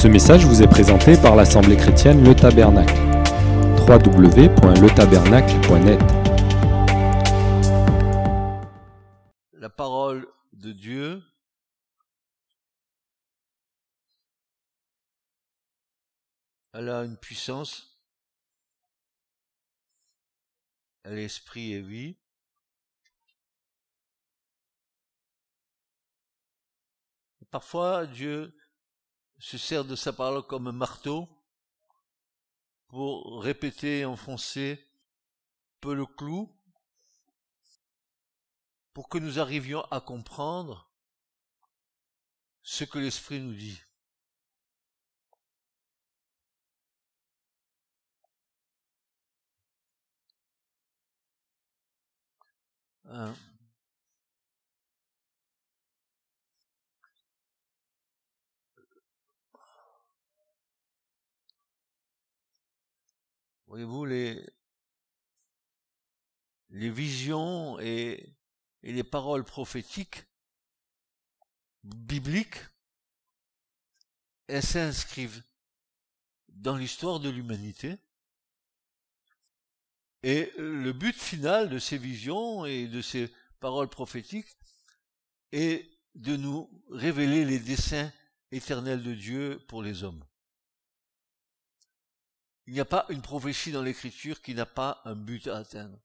Ce message vous est présenté par l'Assemblée chrétienne Le Tabernacle. www.letabernacle.net. La parole de Dieu elle a une puissance, elle est esprit et vie. Et parfois, Dieu se sert de sa parole comme un marteau pour répéter, enfoncer un peu le clou, pour que nous arrivions à comprendre ce que l'Esprit nous dit. Voyez-vous, les visions et les paroles prophétiques bibliques, elles s'inscrivent dans l'histoire de l'humanité. Et le but final de ces visions et de ces paroles prophétiques est de nous révéler les desseins éternels de Dieu pour les hommes. Il n'y a pas une prophétie dans l'Écriture qui n'a pas un but à atteindre.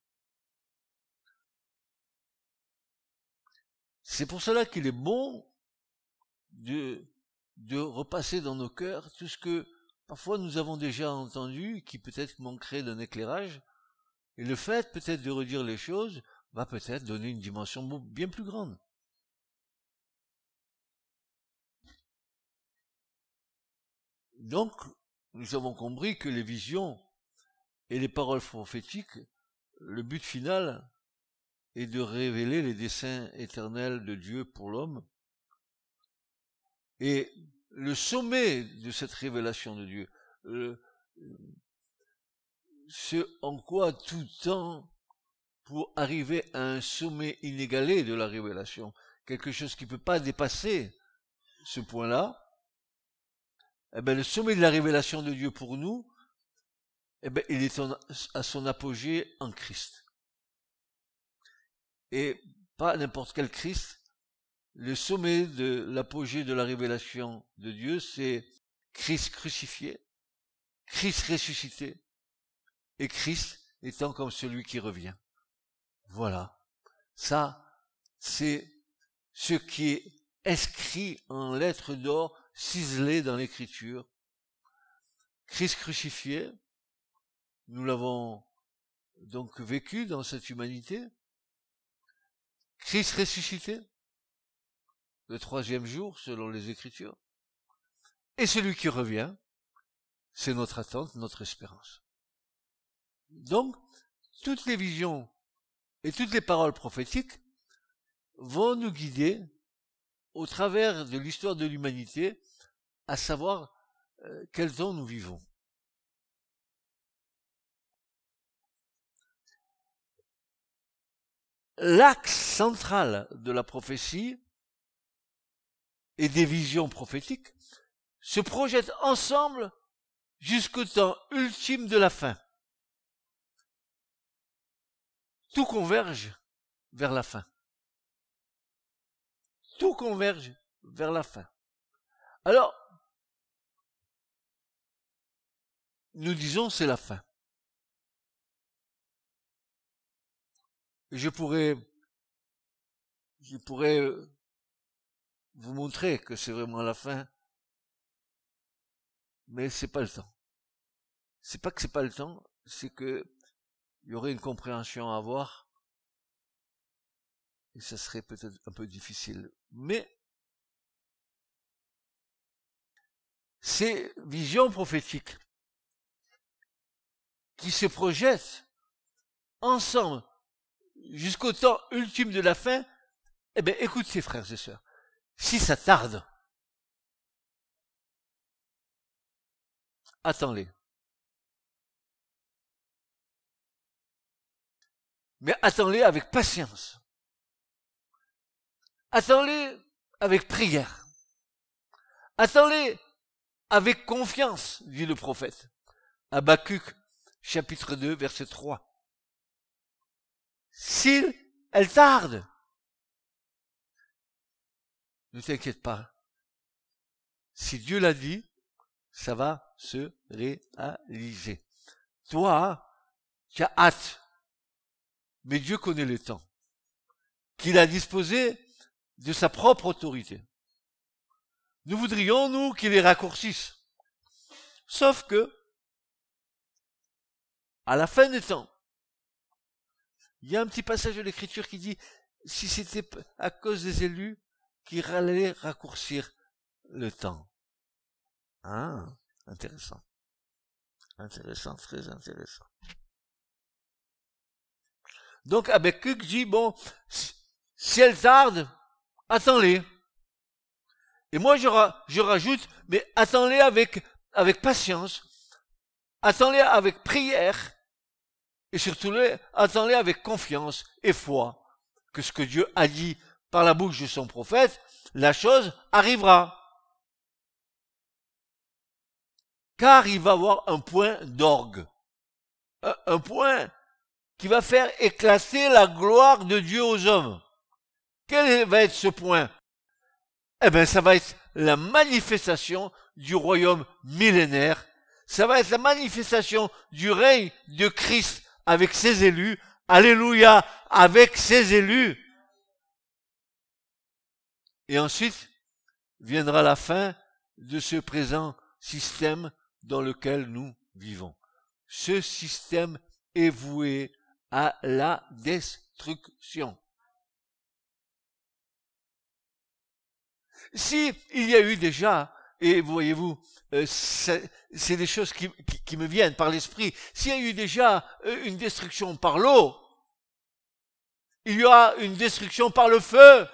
C'est pour cela qu'il est bon de repasser dans nos cœurs tout ce que parfois nous avons déjà entendu, qui peut-être manquerait d'un éclairage, et le fait peut-être de redire les choses va peut-être donner une dimension bien plus grande. Donc, nous avons compris que les visions et les paroles prophétiques, le but final est de révéler les desseins éternels de Dieu pour l'homme. Et le sommet de cette révélation de Dieu, ce en quoi tout tend pour arriver à un sommet inégalé de la révélation, quelque chose qui ne peut pas dépasser ce point-là, eh bien, le sommet de la révélation de Dieu pour nous, eh bien, il est à son apogée en Christ. Et pas n'importe quel Christ. Le sommet de l'apogée de la révélation de Dieu, c'est Christ crucifié, Christ ressuscité, et Christ étant comme celui qui revient. Voilà. Ça, c'est ce qui est inscrit en lettres d'or, ciselées dans l'Écriture. Christ crucifié, nous l'avons donc vécu dans cette humanité. Christ ressuscité, le 3e jour, selon les Écritures. Et celui qui revient, c'est notre attente, notre espérance. Donc, toutes les visions et toutes les paroles prophétiques vont nous guider au travers de l'histoire de l'humanité, à savoir quel temps nous vivons. L'axe central de la prophétie et des visions prophétiques se projettent ensemble jusqu'au temps ultime de la fin. Tout converge vers la fin. Tout converge vers la fin. Alors, nous disons c'est la fin. Je pourrais vous montrer que c'est vraiment la fin, mais c'est pas le temps. C'est pas que c'est pas le temps, c'est que il y aurait une compréhension à avoir, et ça serait peut-être un peu difficile. Mais ces visions prophétiques qui se projettent ensemble jusqu'au temps ultime de la fin, eh bien, écoutez, frères et sœurs, si ça tarde, attends-les. Mais attends-les avec patience. Attends-les avec prière. Attends-les avec confiance, dit le prophète. Habakkuk, chapitre 2, verset 3. Si elle tarde, ne t'inquiète pas. Si Dieu l'a dit, ça va se réaliser. Toi, tu as hâte. Mais Dieu connaît les temps qu'il a disposé de sa propre autorité. Nous voudrions, nous, qu'il les raccourcisse. Sauf que, à la fin des temps, il y a un petit passage de l'Écriture qui dit, si c'était à cause des élus, qu'il allait raccourcir le temps. Ah, intéressant. Intéressant, très intéressant. Donc Habakkuk dit, bon, si elle tarde, attends-les. Et moi je rajoute, mais attends-les avec patience, attends-les avec prière, et surtout attends-les avec confiance et foi, que ce que Dieu a dit par la bouche de son prophète, la chose arrivera. Car il va y avoir un point d'orgue, un point qui va faire éclater la gloire de Dieu aux hommes. Quel va être ce point? Eh bien, ça va être la manifestation du royaume millénaire. Ça va être la manifestation du règne de Christ avec ses élus. Alléluia, avec ses élus. Et ensuite, viendra la fin de ce présent système dans lequel nous vivons. Ce système est voué à la destruction. Si il y a eu déjà, et voyez-vous, c'est des choses qui me viennent par l'esprit, s'il y a eu déjà une destruction par l'eau, il y aura une destruction par le feu.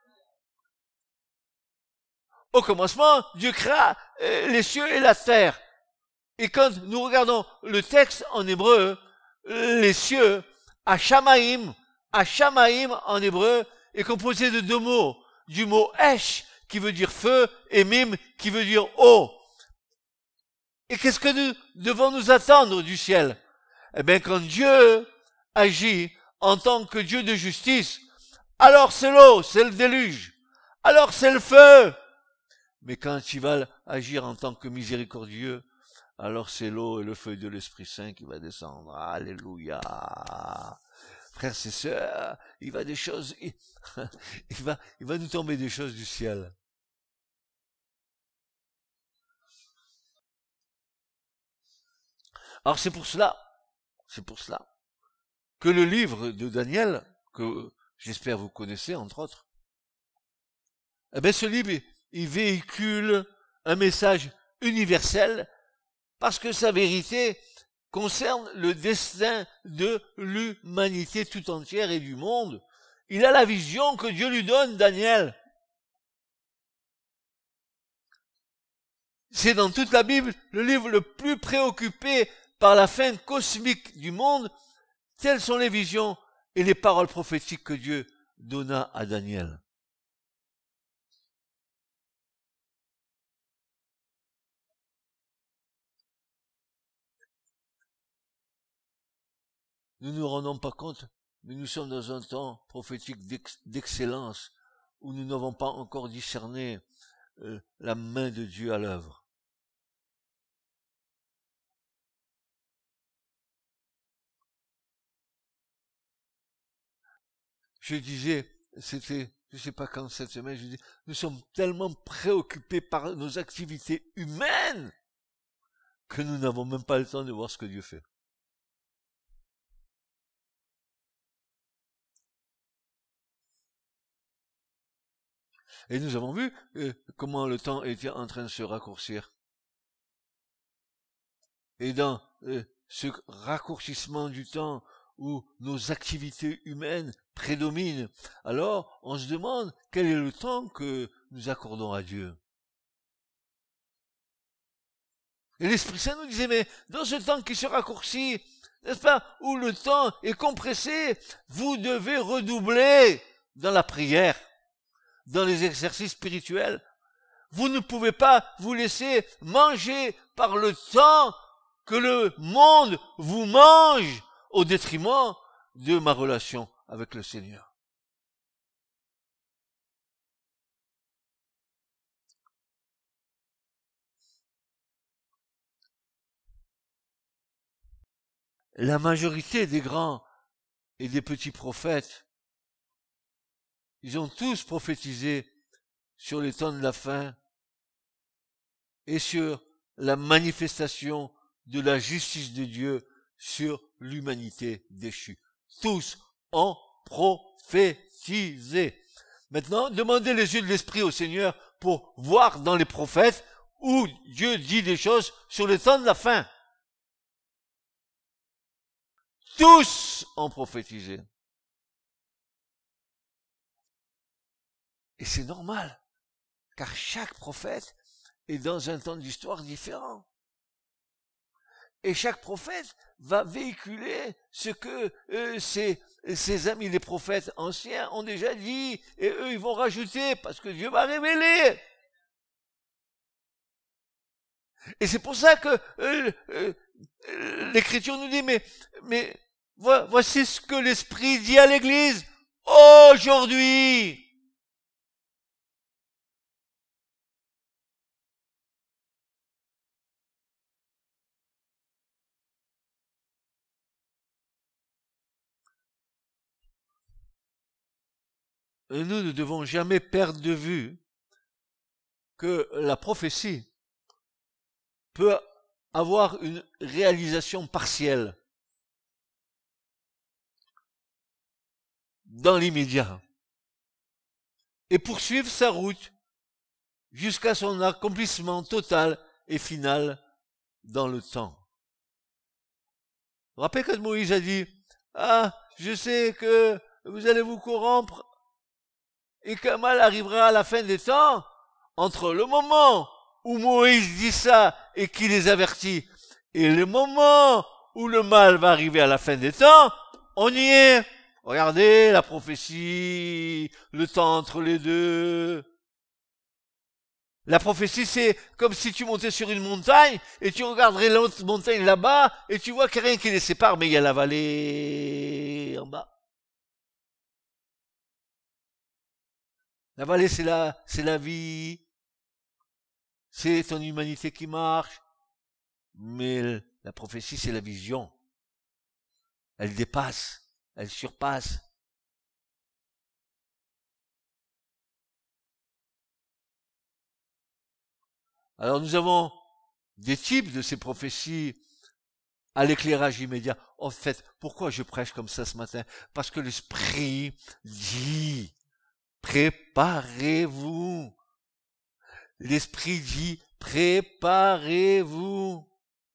Au commencement, Dieu créa les cieux et la terre. Et quand nous regardons le texte en hébreu, les cieux, Hashamaim en hébreu, est composé de deux mots. Du mot Esh, qui veut dire feu, et Mim, qui veut dire eau. Et qu'est-ce que nous devons nous attendre du ciel? Eh bien, quand Dieu agit en tant que Dieu de justice, alors c'est l'eau, c'est le déluge. Alors c'est le feu. Mais quand il va agir en tant que miséricordieux, alors c'est l'eau et le feu de l'Esprit Saint qui va descendre. Alléluia. Frères et sœurs, il va des choses, il va nous tomber des choses du ciel. Alors c'est pour cela que le livre de Daniel, que j'espère vous connaissez entre autres, eh bien ce livre, il véhicule un message universel parce que sa vérité concerne le destin de l'humanité tout entière et du monde. Il a la vision que Dieu lui donne, Daniel. C'est dans toute la Bible le livre le plus préoccupé par la fin cosmique du monde. Telles sont les visions et les paroles prophétiques que Dieu donna à Daniel. Nous ne nous rendons pas compte, mais nous sommes dans un temps prophétique d'excellence où nous n'avons pas encore discerné la main de Dieu à l'œuvre. Je disais, c'était, je sais pas quand cette semaine, je dis, nous sommes tellement préoccupés par nos activités humaines que nous n'avons même pas le temps de voir ce que Dieu fait. Et nous avons vu comment le temps était en train de se raccourcir. Et dans ce raccourcissement du temps où nos activités humaines prédominent, alors on se demande quel est le temps que nous accordons à Dieu. Et l'Esprit Saint nous disait, mais dans ce temps qui se raccourcit, n'est-ce pas, où le temps est compressé, vous devez redoubler dans la prière, dans les exercices spirituels. Vous ne pouvez pas vous laisser manger par le temps que le monde vous mange au détriment de ma relation avec le Seigneur. La majorité des grands et des petits prophètes, ils ont tous prophétisé sur les temps de la fin et sur la manifestation de la justice de Dieu sur l'humanité déchue. Tous ont prophétisé. Maintenant, demandez les yeux de l'esprit au Seigneur pour voir dans les prophètes où Dieu dit des choses sur les temps de la fin. Tous ont prophétisé. Et c'est normal, car chaque prophète est dans un temps d'histoire différent. Et chaque prophète va véhiculer ce que ses amis les prophètes anciens ont déjà dit, et eux ils vont rajouter, parce que Dieu va révéler. Et c'est pour ça que l'Écriture nous dit, mais voici ce que l'Esprit dit à l'Église aujourd'hui. Et nous ne devons jamais perdre de vue que la prophétie peut avoir une réalisation partielle dans l'immédiat et poursuivre sa route jusqu'à son accomplissement total et final dans le temps. Vous vous rappelez quand Moïse a dit « Ah, je sais que vous allez vous corrompre et qu'un mal arrivera à la fin des temps. » Entre le moment où Moïse dit ça et qu'il les avertit et le moment où le mal va arriver à la fin des temps, on y est. Regardez la prophétie, le temps entre les deux. La prophétie, c'est comme si tu montais sur une montagne et tu regarderais l'autre montagne là-bas et tu vois qu'il n'y a rien qui les sépare, mais il y a la vallée en bas. La vallée, c'est la vie. C'est ton humanité qui marche. Mais la prophétie, c'est la vision. Elle dépasse. Elle surpasse. Alors nous avons des types de ces prophéties à l'éclairage immédiat. En fait, pourquoi je prêche comme ça ce matin? Parce que l'Esprit dit, préparez-vous. L'Esprit dit, préparez-vous.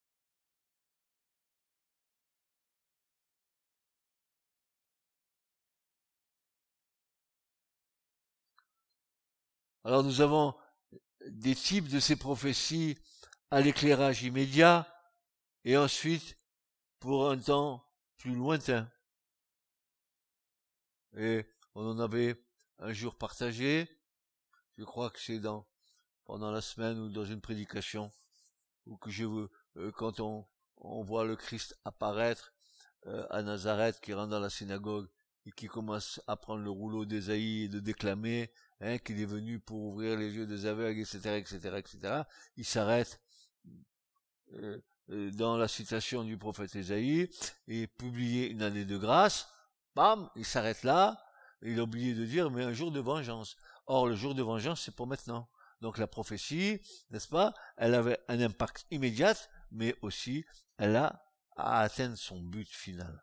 Alors nous avons des types de ces prophéties à l'éclairage immédiat et ensuite pour un temps plus lointain. Et on en avait un jour partagé, je crois que c'est pendant la semaine ou dans une prédication, ou que quand on voit le Christ apparaître à Nazareth, qui rentre dans la synagogue et qui commence à prendre le rouleau d'Ésaïe et de déclamer, qu'il est venu pour ouvrir les yeux des aveugles, etc., etc., etc. Il s'arrête dans la citation du prophète Ésaïe et publier une année de grâce. Bam, il s'arrête là. Il a oublié de dire, mais un jour de vengeance. Or, le jour de vengeance, c'est pour maintenant. Donc la prophétie, n'est-ce pas, elle avait un impact immédiat, mais aussi, elle a à atteindre son but final.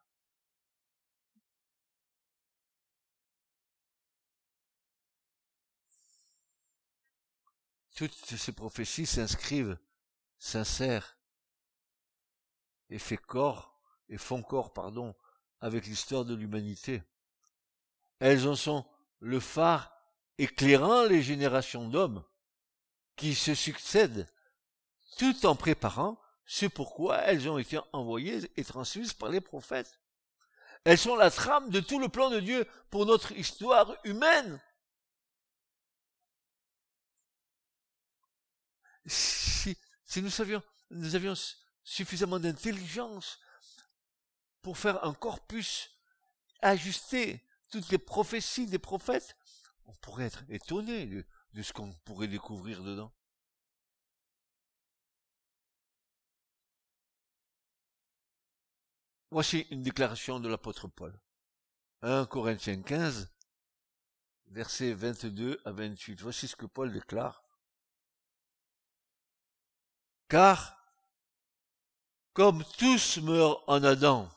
Toutes ces prophéties s'insèrent et font corps, avec l'histoire de l'humanité. Elles en sont le phare éclairant les générations d'hommes qui se succèdent, tout en préparant ce pourquoi elles ont été envoyées et transmises par les prophètes. Elles sont la trame de tout le plan de Dieu pour notre histoire humaine. si nous avions suffisamment d'intelligence pour faire un corpus ajusté, toutes les prophéties des prophètes, on pourrait être étonné de ce qu'on pourrait découvrir dedans. Voici une déclaration de l'apôtre Paul. 1 Corinthiens 15, versets 22 à 28. Voici ce que Paul déclare. Car, comme tous meurent en Adam,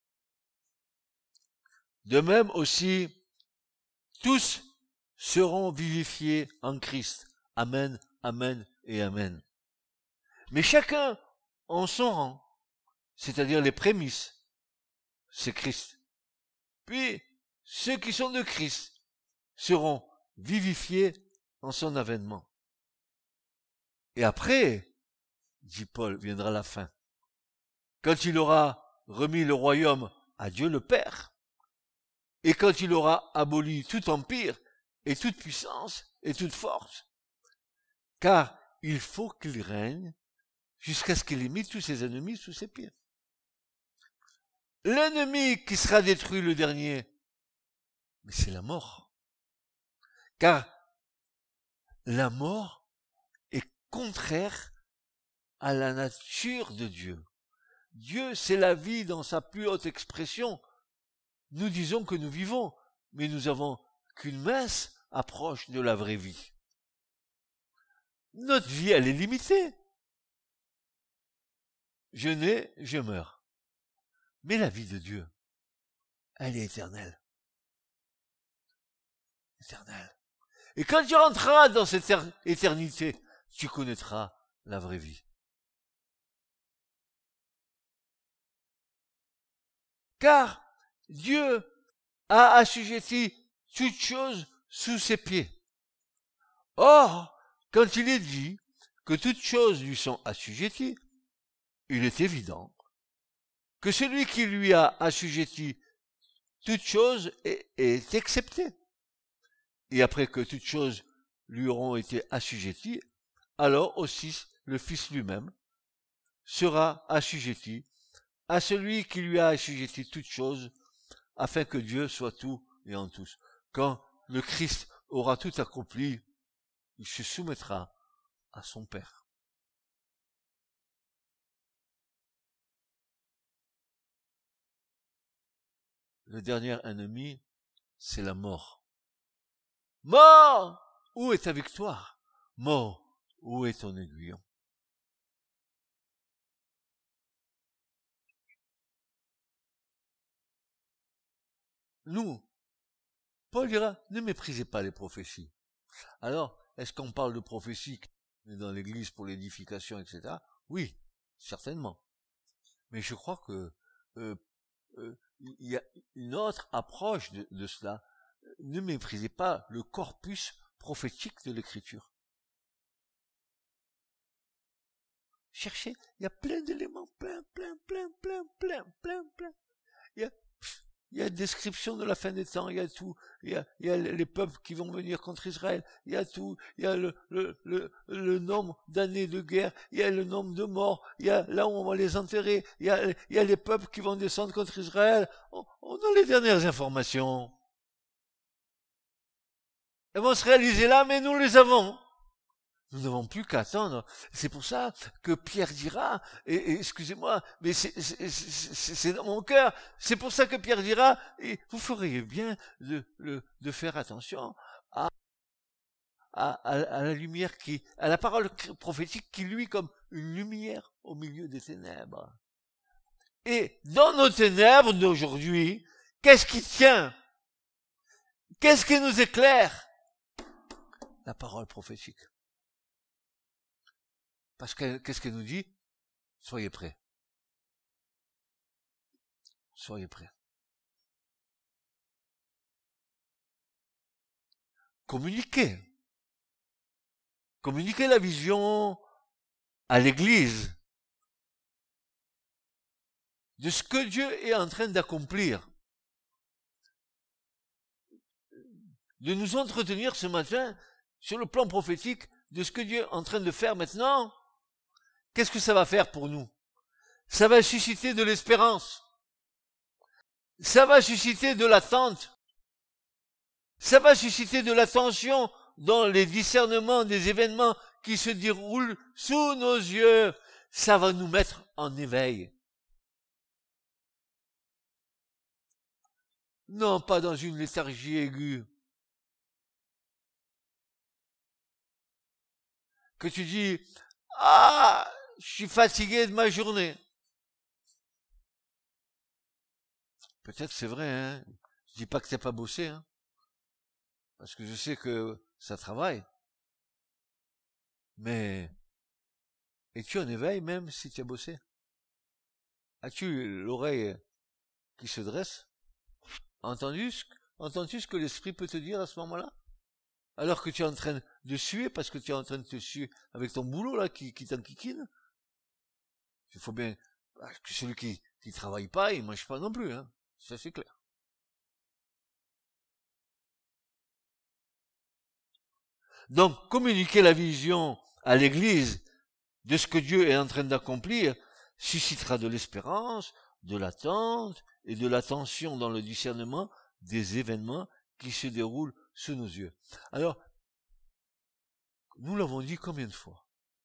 de même aussi, tous seront vivifiés en Christ. Amen, amen et amen. Mais chacun en son rang, c'est-à-dire les prémices, c'est Christ. Puis, ceux qui sont de Christ seront vivifiés en son avènement. Et après, dit Paul, viendra la fin. Quand il aura remis le royaume à Dieu le Père, et quand il aura aboli tout empire, et toute puissance, et toute force, car il faut qu'il règne jusqu'à ce qu'il ait mis tous ses ennemis sous ses pieds. L'ennemi qui sera détruit le dernier, mais c'est la mort. Car la mort est contraire à la nature de Dieu. Dieu, c'est la vie dans sa plus haute expression. Nous disons que nous vivons, mais nous avons qu'une mince approche de la vraie vie. Notre vie, elle est limitée. Je nais, je meurs. Mais la vie de Dieu, elle est éternelle. Éternelle. Et quand tu rentreras dans cette éternité, tu connaîtras la vraie vie. Car Dieu a assujetti toutes choses sous ses pieds. Or, quand il est dit que toutes choses lui sont assujetties, il est évident que celui qui lui a assujetti toutes choses est excepté. Et après que toutes choses lui auront été assujetties, alors aussi le Fils lui-même sera assujetti à celui qui lui a assujetti toutes choses, afin que Dieu soit tout et en tous. Quand le Christ aura tout accompli, il se soumettra à son Père. Le dernier ennemi, c'est la mort. Mort! Où est ta victoire? Mort, où est ton aiguillon? Nous, Paul dira, ne méprisez pas les prophéties. Alors, est-ce qu'on parle de prophéties dans l'église pour l'édification, etc.? Oui, certainement. Mais je crois que il y a une autre approche de cela. Ne méprisez pas le corpus prophétique de l'écriture. Cherchez, il y a plein d'éléments, plein. Il y a une description de la fin des temps, il y a tout, il y a les peuples qui vont venir contre Israël, il y a tout, il y a le nombre d'années de guerre, il y a le nombre de morts, il y a là où on va les enterrer, il y a les peuples qui vont descendre contre Israël. On a les dernières informations. Elles vont se réaliser là, mais nous les avons. Nous n'avons plus qu'à attendre. C'est pour ça que Pierre dira, et excusez-moi, mais c'est dans mon cœur, c'est pour ça que Pierre dira, et vous feriez bien de faire attention à la lumière à la parole prophétique qui lui comme une lumière au milieu des ténèbres. Et dans nos ténèbres d'aujourd'hui, qu'est-ce qui tient? Qu'est-ce qui nous éclaire? La parole prophétique. Parce que, qu'est-ce qu'elle nous dit? Soyez prêts. Soyez prêts. Communiquez. Communiquez la vision à l'Église de ce que Dieu est en train d'accomplir. De nous entretenir ce matin sur le plan prophétique de ce que Dieu est en train de faire maintenant, qu'est-ce que ça va faire pour nous? Ça va susciter de l'espérance. Ça va susciter de l'attente. Ça va susciter de l'attention dans les discernements des événements qui se déroulent sous nos yeux. Ça va nous mettre en éveil. Non, pas dans une léthargie aiguë. Que tu dis, ah, je suis fatigué de ma journée. Peut-être c'est vrai, hein. Je dis pas que t'as pas bossé, hein. Parce que je sais que ça travaille. Mais, es-tu en éveil même si tu as bossé? As-tu l'oreille qui se dresse? Entends-tu ce que l'esprit peut te dire à ce moment-là? Alors que tu es en train de suer, parce que tu es en train de te suer avec ton boulot, là, qui t'enquiquine. Il faut bien, que celui qui travaille pas, il mange pas non plus, hein. Ça, c'est clair. Donc, communiquer la vision à l'Église de ce que Dieu est en train d'accomplir suscitera de l'espérance, de l'attente et de l'attention dans le discernement des événements qui se déroulent sous nos yeux. Alors, nous l'avons dit combien de fois?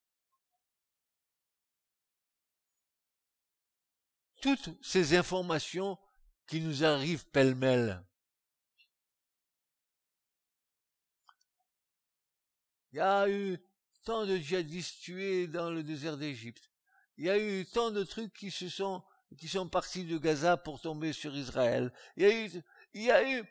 Toutes ces informations qui nous arrivent pêle-mêle. Il y a eu tant de djihadistes tués dans le désert d'Égypte. Il y a eu tant de trucs qui sont partis de Gaza pour tomber sur Israël. Il y a eu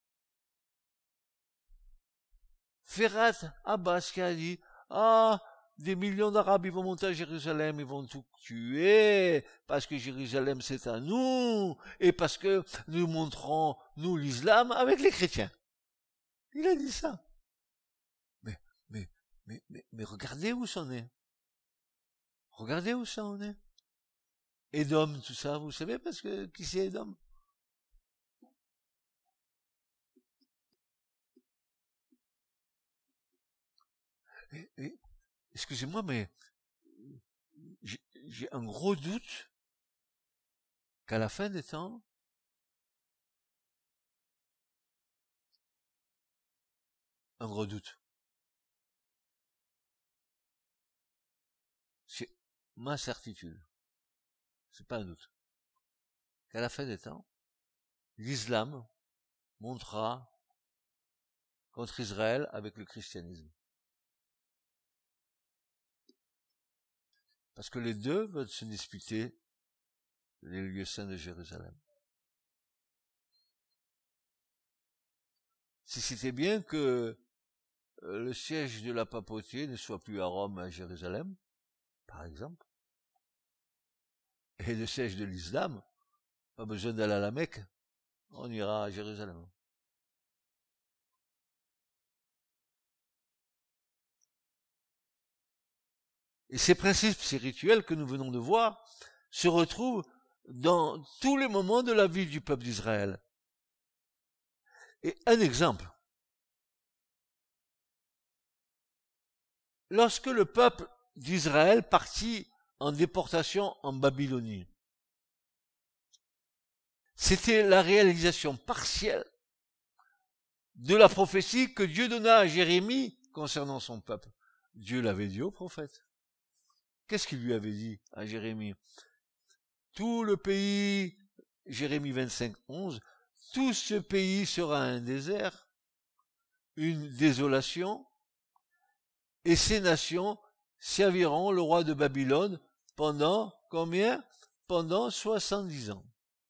Ferhat Abbas qui a dit, des millions d'Arabes, ils vont monter à Jérusalem, ils vont tout tuer, parce que Jérusalem c'est à nous, et parce que nous montrons, nous, l'islam avec les chrétiens. Il a dit ça. Mais regardez où ça en est. Regardez où ça en est. Édom, tout ça, vous savez parce que qui c'est Édom? Excusez-moi, mais j'ai un gros doute qu'à la fin des temps, un gros doute. C'est ma certitude. C'est pas un doute. Qu'à la fin des temps, l'islam montera contre Israël avec le christianisme. Parce que les deux veulent se disputer les lieux saints de Jérusalem. Si c'était bien que le siège de la papauté ne soit plus à Rome, à Jérusalem, par exemple, et le siège de l'islam, pas besoin d'aller à la Mecque, on ira à Jérusalem. Et ces principes spirituels que nous venons de voir se retrouvent dans tous les moments de la vie du peuple d'Israël. Et un exemple. Lorsque le peuple d'Israël partit en déportation en Babylonie, c'était la réalisation partielle de la prophétie que Dieu donna à Jérémie concernant son peuple. Dieu l'avait dit au prophète. Qu'est-ce qu'il lui avait dit à Jérémie? Tout le pays, Jérémie 25, 11, tout ce pays sera un désert, une désolation, et ces nations serviront le roi de Babylone pendant combien? Pendant 70 ans.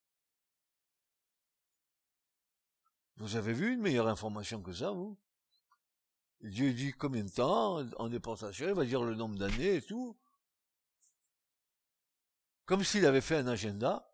Vous avez vu une meilleure information que ça, vous? Dieu dit combien de temps en déportation, il va dire le nombre d'années et tout. Comme s'il avait fait un agenda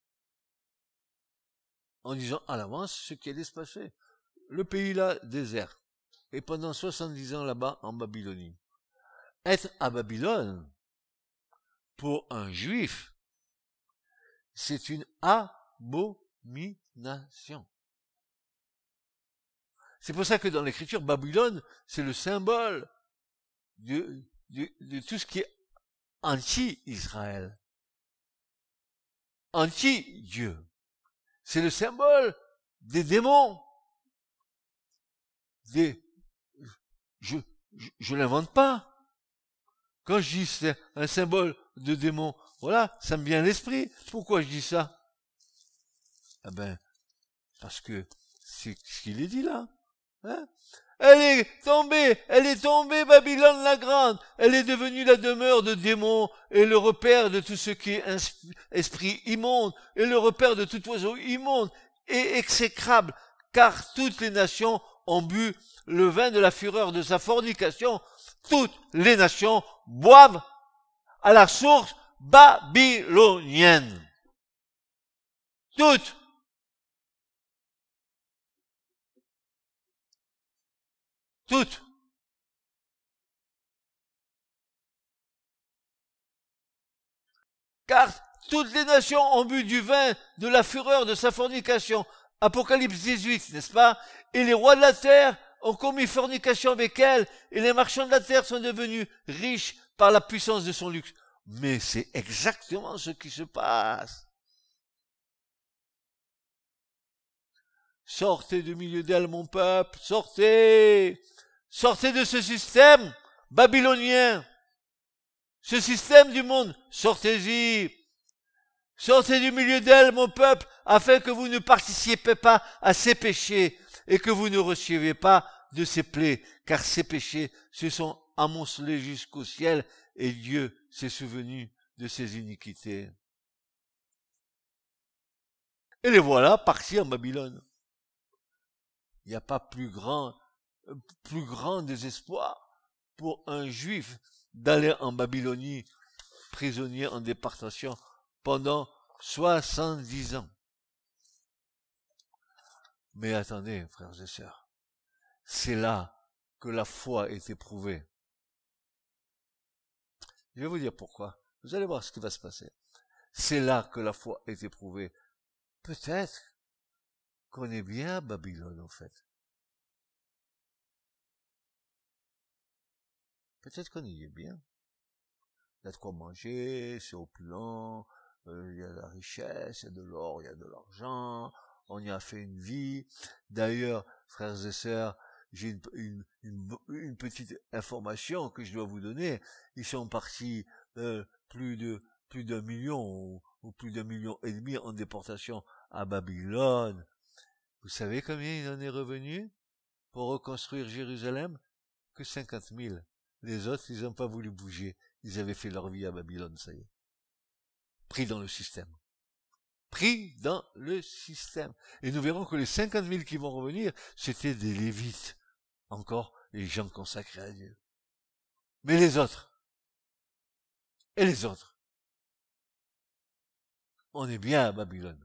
en disant à l'avance ce qui allait se passer. Le pays là, désert. Et pendant 70 ans là-bas, en Babylonie. Être à Babylone, pour un juif, c'est une abomination. C'est pour ça que dans l'écriture, Babylone, c'est le symbole de tout ce qui est anti-Israël, anti-Dieu. C'est le symbole des démons. Je l'invente pas. Quand je dis c'est un symbole de démon, voilà, ça me vient à l'esprit. Pourquoi je dis ça? Ah ben, parce que c'est ce qu'il est dit là. Hein? Elle est tombée, Babylone la Grande. Elle est devenue la demeure de démons et le repère de tout ce qui est esprit immonde et le repère de tout oiseau immonde et exécrable, car toutes les nations ont bu le vin de la fureur de sa fornication. Toutes les nations boivent à la source babylonienne. Toutes. Toutes. Car toutes les nations ont bu du vin de la fureur de sa fornication. Apocalypse 18, n'est-ce pas? Et les rois de la terre ont commis fornication avec elle, et les marchands de la terre sont devenus riches par la puissance de son luxe. Mais c'est exactement ce qui se passe. Sortez du milieu d'elle, mon peuple, sortez! Sortez de ce système babylonien, ce système du monde, sortez-y. Sortez du milieu d'elle, mon peuple, afin que vous ne participiez pas à ses péchés et que vous ne receviez pas de ses plaies, car ses péchés se sont amoncelés jusqu'au ciel et Dieu s'est souvenu de ses iniquités. Et les voilà partis en Babylone. Il n'y a pas plus grand désespoir pour un juif d'aller en Babylonie, prisonnier en déportation, pendant 70 ans. Mais attendez, frères et sœurs, c'est là que la foi est éprouvée. Je vais vous dire pourquoi. Vous allez voir ce qui va se passer. C'est là que la foi est éprouvée. Peut-être qu'on est bien à Babylone, en fait. Peut-être qu'on y est bien. Il y a de quoi manger, c'est opulent, il y a de la richesse, il y a de l'or, il y a de l'argent, on y a fait une vie. D'ailleurs, frères et sœurs, j'ai une petite information que je dois vous donner. Ils sont partis plus d'un million ou plus d'1,5 million en déportation à Babylone. Vous savez combien il en est revenu pour reconstruire Jérusalem? Que 50 000. Les autres, ils n'ont pas voulu bouger. Ils avaient fait leur vie à Babylone, ça y est. Pris dans le système. Pris dans le système. Et nous verrons que les 50 000 qui vont revenir, c'était des Lévites. Encore les gens consacrés à Dieu. Mais les autres. Et les autres. On est bien à Babylone.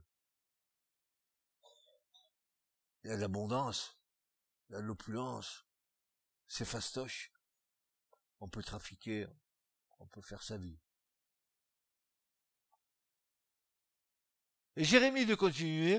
Il y a de l'abondance. Il y a de l'opulence. C'est fastoche. On peut trafiquer. On peut faire sa vie. Et Jérémie de continuer,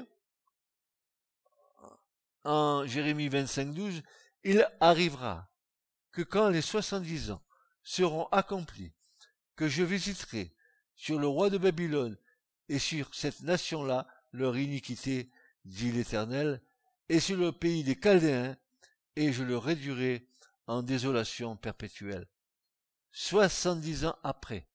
en Jérémie 25:12, il arrivera que quand les 70 ans seront accomplis, que je visiterai sur le roi de Babylone et sur cette nation-là leur iniquité, dit l'Éternel, et sur le pays des Chaldéens, et je le réduirai en désolation perpétuelle. 70 ans après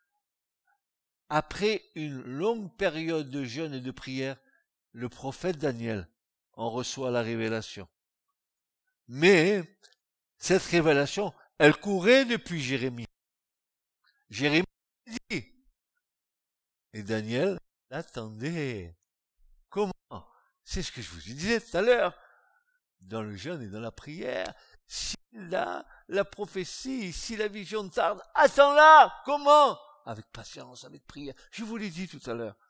une longue période de jeûne et de prière, le prophète Daniel en reçoit la révélation. Mais cette révélation, elle courait depuis Jérémie. Jérémie dit, et Daniel l'attendait. Comment? C'est ce que je vous disais tout à l'heure. Dans le jeûne et dans la prière, si la prophétie, si la vision tarde, attends-la. Comment? Avec patience, avec prière. Je vous l'ai dit tout à l'heure.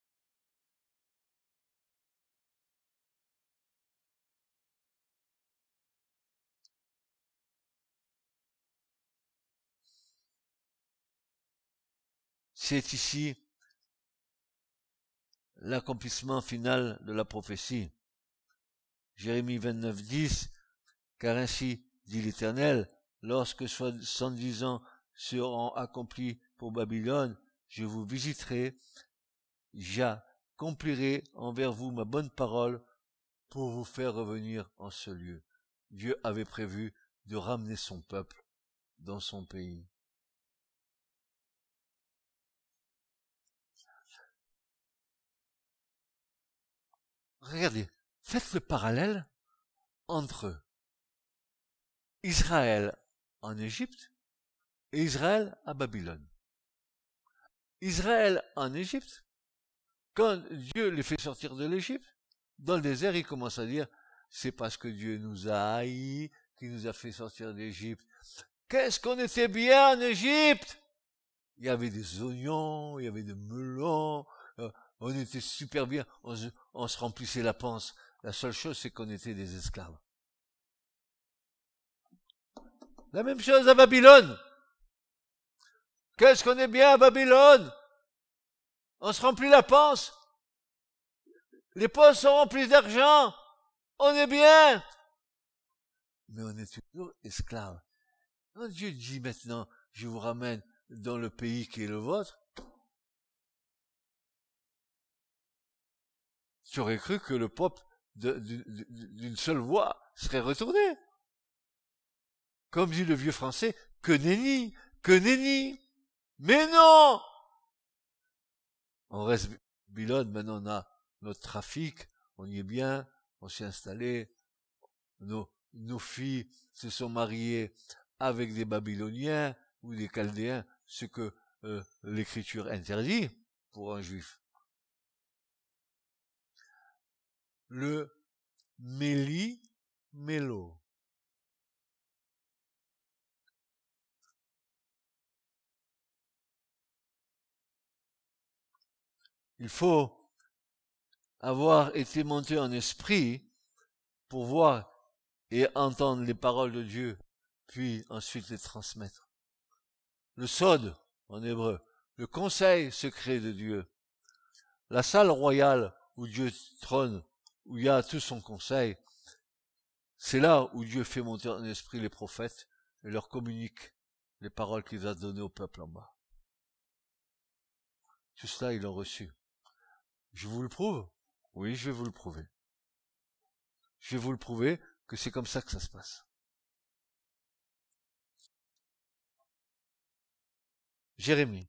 C'est ici l'accomplissement final de la prophétie. Jérémie 29:10, car ainsi dit l'Éternel, lorsque 70 ans seront accomplis pour Babylone, je vous visiterai, j'accomplirai envers vous ma bonne parole pour vous faire revenir en ce lieu. Dieu avait prévu de ramener son peuple dans son pays. Regardez, faites le parallèle entre Israël en Égypte et Israël à Babylone. Israël en Égypte, quand Dieu les fait sortir de l'Égypte, dans le désert, il commence à dire, c'est parce que Dieu nous a haïs, qu'il nous a fait sortir d'Égypte. Qu'est-ce qu'on était bien en Égypte! Il y avait des oignons, il y avait des melons, on était super bien, on se remplissait la panse. La seule chose, c'est qu'on était des esclaves. La même chose à Babylone. Qu'est-ce qu'on est bien à Babylone? On se remplit la panse. Les poches sont remplies d'argent. On est bien. Mais on est toujours esclaves. Quand Dieu dit maintenant, je vous ramène dans le pays qui est le vôtre, tu aurais cru que le peuple d'une seule voix serait retourné. Comme dit le vieux français, que nenni, que nenni. Mais non! On reste Babylone, maintenant on a notre trafic, on y est bien, on s'est installé, nos filles se sont mariées avec des Babyloniens ou des Chaldéens, ce que l'Écriture interdit pour un juif. Le méli-mélo. Il faut avoir été monté en esprit pour voir et entendre les paroles de Dieu, puis ensuite les transmettre. Le sod, en hébreu, le conseil secret de Dieu, la salle royale où Dieu trône, où il y a tout son conseil, c'est là où Dieu fait monter en esprit les prophètes et leur communique les paroles qu'il a données au peuple en bas. Tout cela, ils l'ont reçu. Je vous le prouve? Oui, je vais vous le prouver. Je vais vous le prouver que c'est comme ça que ça se passe. Jérémie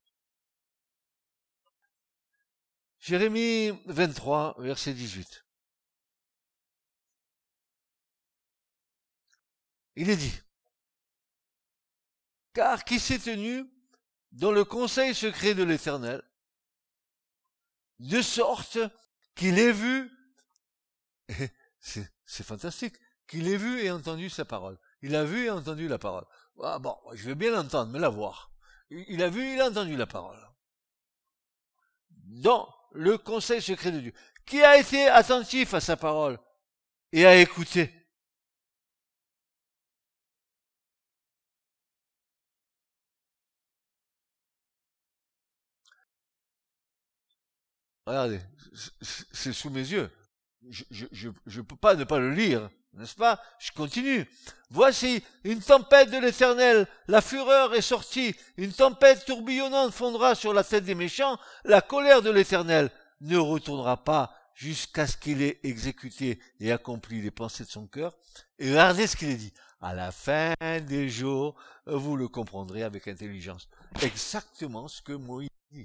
23, verset 18. Il est dit, car qui s'est tenu dans le conseil secret de l'Éternel, de sorte qu'il ait vu, c'est fantastique, qu'il ait vu et entendu sa parole. Il a vu et entendu la parole. Ah bon, je vais bien l'entendre, mais la voir. Il a vu, il a entendu la parole. Dans le conseil secret de Dieu. Qui a été attentif à sa parole et a écouté? Regardez, c'est sous mes yeux. Je peux pas ne pas le lire, n'est-ce pas? Je continue. Voici une tempête de l'Éternel, la fureur est sortie, une tempête tourbillonnante fondra sur la tête des méchants, la colère de l'Éternel ne retournera pas jusqu'à ce qu'il ait exécuté et accompli les pensées de son cœur. Et regardez ce qu'il est dit. À la fin des jours, vous le comprendrez avec intelligence. Exactement ce que Moïse dit.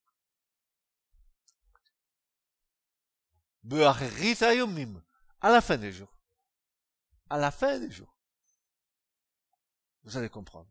À la fin des jours. À la fin des jours. Vous allez comprendre.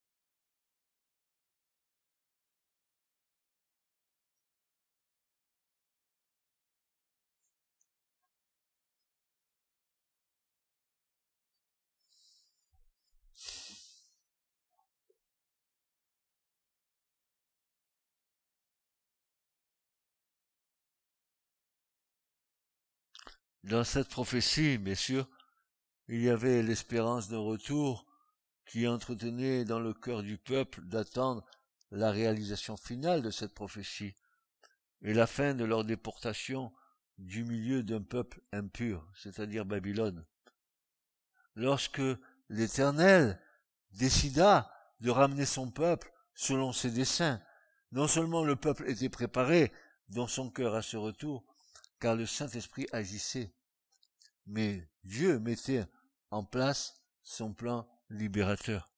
Dans cette prophétie, bien sûr, il y avait l'espérance d'un retour qui entretenait dans le cœur du peuple d'attendre la réalisation finale de cette prophétie et la fin de leur déportation du milieu d'un peuple impur, c'est-à-dire Babylone. Lorsque l'Éternel décida de ramener son peuple selon ses desseins. Non seulement le peuple était préparé dans son cœur à ce retour, car le Saint-Esprit agissait, mais Dieu mettait en place son plan libérateur.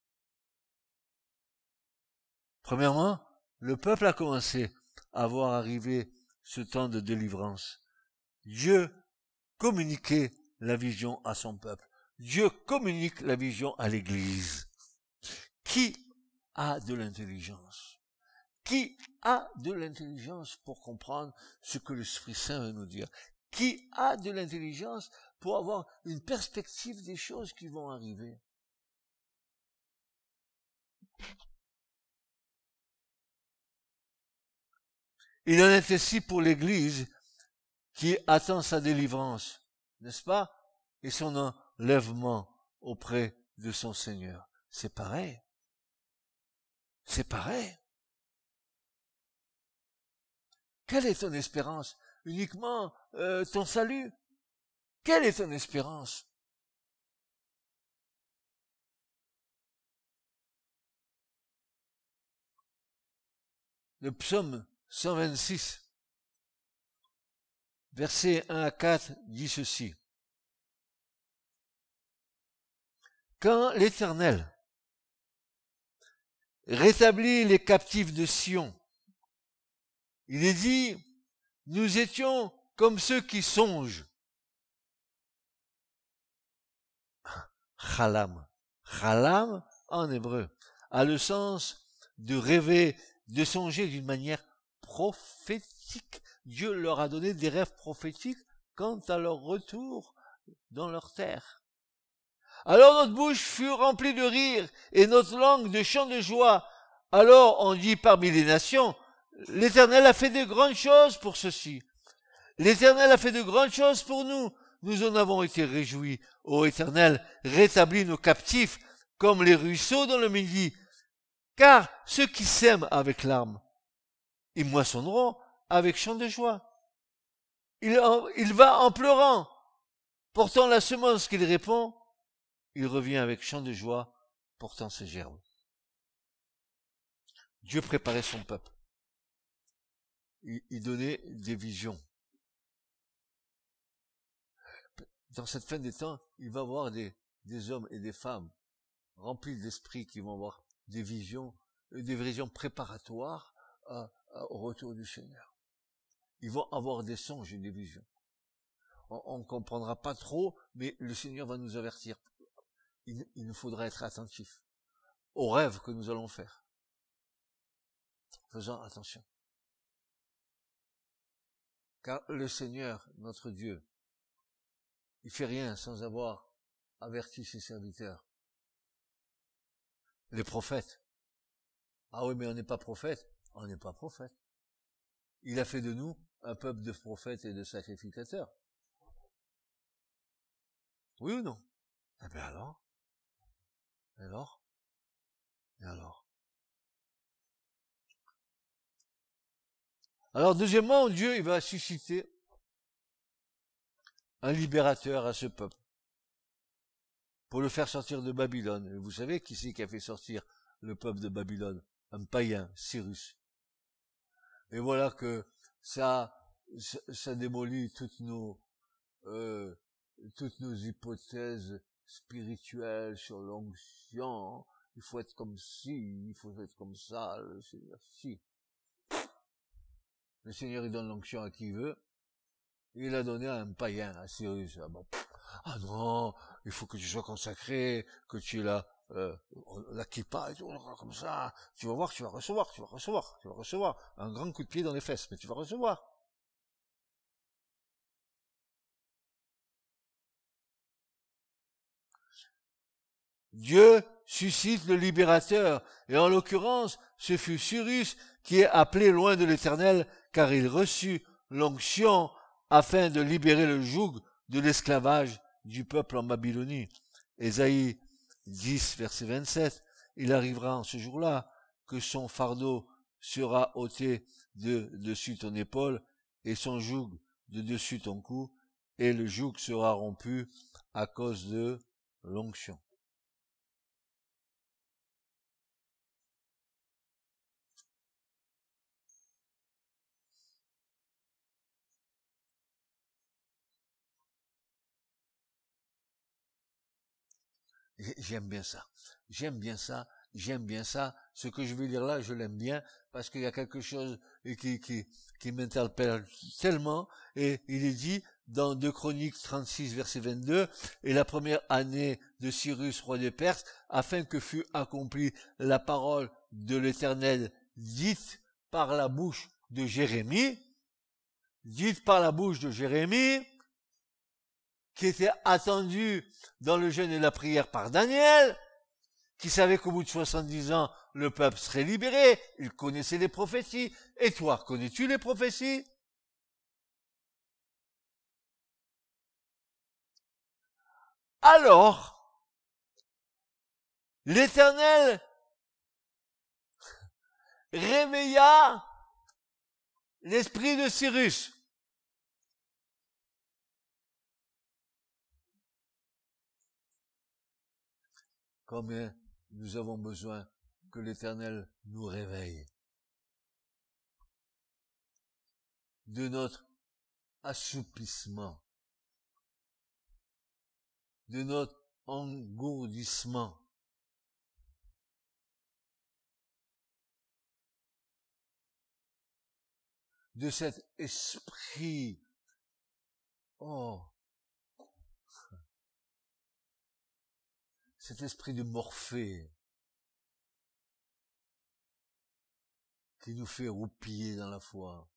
Premièrement, le peuple a commencé à voir arriver ce temps de délivrance. Dieu communiquait la vision à son peuple. Dieu communique la vision à l'Église. Qui a de l'intelligence? Qui a de l'intelligence pour comprendre ce que l'Esprit Saint veut nous dire? Qui a de l'intelligence pour avoir une perspective des choses qui vont arriver? Il en est ainsi pour l'Église qui attend sa délivrance, n'est-ce pas? Et son enlèvement auprès de son Seigneur. C'est pareil. C'est pareil. Quelle est ton espérance? Uniquement ton salut? Quelle est ton espérance? Le psaume 126, versets 1 à 4, dit ceci. Quand l'Éternel rétablit les captifs de Sion, il est dit, nous étions comme ceux qui songent. Chalam. Chalam, en hébreu, a le sens de rêver, de songer d'une manière prophétique. Dieu leur a donné des rêves prophétiques quant à leur retour dans leur terre. Alors notre bouche fut remplie de rire et notre langue de chants de joie. Alors on dit parmi les nations, l'Éternel a fait de grandes choses pour ceci. L'Éternel a fait de grandes choses pour nous. Nous en avons été réjouis. Ô Éternel, rétablis nos captifs comme les ruisseaux dans le Midi. Car ceux qui sèment avec larmes, ils moissonneront avec chants de joie. Il va en pleurant, portant la semence qu'il répond, il revient avec chant de joie, portant ses gerbes. Dieu préparait son peuple. Il donnait des visions. Dans cette fin des temps, il va y avoir des hommes et des femmes remplis d'esprit qui vont avoir des visions préparatoires au retour du Seigneur. Ils vont avoir des songes et des visions. On ne comprendra pas trop, mais le Seigneur va nous avertir. Il nous faudra être attentifs aux rêves que nous allons faire. Faisons attention. Car le Seigneur, notre Dieu, il fait rien sans avoir averti ses serviteurs. Les prophètes. Ah oui, mais on n'est pas prophète. On n'est pas prophète. Il a fait de nous un peuple de prophètes et de sacrificateurs. Oui ou non? Eh bien alors? Et alors? Et alors? Alors deuxièmement, Dieu, il va susciter un libérateur à ce peuple pour le faire sortir de Babylone. Et vous savez qui c'est qui a fait sortir le peuple de Babylone? Un païen, Cyrus. Et voilà que ça démolit toutes nos hypothèses spirituelles sur l'onction. Il faut être comme ci, il faut être comme ça, le Seigneur si. Le Seigneur il donne l'onction à qui il veut. Il a donné à un païen, à Cyrus. Ah, bon. Ah non, il faut que tu sois consacré, que tu la kippa et tout, comme ça. Tu vas voir, tu vas recevoir un grand coup de pied dans les fesses, mais tu vas recevoir. Dieu suscite le libérateur, et en l'occurrence, ce fut Cyrus qui est appelé loin de l'Éternel, car il reçut l'onction afin de libérer le joug de l'esclavage du peuple en Babylonie. Ésaïe 10, verset 27, il arrivera en ce jour-là que son fardeau sera ôté de dessus ton épaule et son joug de dessus ton cou, et le joug sera rompu à cause de l'onction. J'aime bien ça. J'aime bien ça. J'aime bien ça. Ce que je vais lire là, je l'aime bien parce qu'il y a quelque chose qui m'interpelle tellement. Et il est dit dans 2 Chroniques 36, verset 22, et la première année de Cyrus, roi de Perse, afin que fût accomplie la parole de l'Éternel dite par la bouche de Jérémie, qui était attendue dans le jeûne et la prière par Daniel, qui savait qu'au bout de 70 ans, le peuple serait libéré. Il connaissait les prophéties. Et toi, connais-tu les prophéties? Alors, l'Éternel réveilla l'esprit de Cyrus. Combien nous avons besoin que l'Éternel nous réveille de notre assoupissement, de notre engourdissement, de cet esprit, cet esprit de Morphée qui nous fait roupiller dans la foi.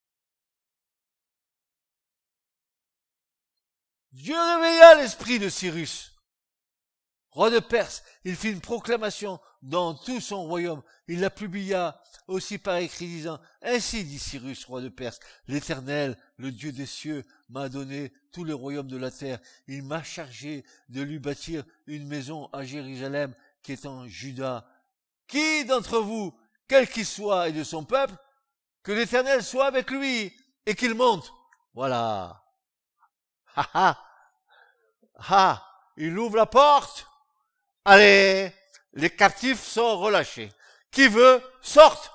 Dieu réveilla l'esprit de Cyrus, roi de Perse. Il fit une proclamation dans tout son royaume. Il la publia aussi par écrit disant, ainsi dit Cyrus, roi de Perse, l'Éternel, le Dieu des cieux, m'a donné tout le royaume de la terre. Il m'a chargé de lui bâtir une maison à Jérusalem qui est en Juda. Qui d'entre vous, quel qu'il soit et de son peuple, que l'Éternel soit avec lui et qu'il monte. Voilà. Il ouvre la porte. Allez, les captifs sont relâchés. Qui veut, sorte.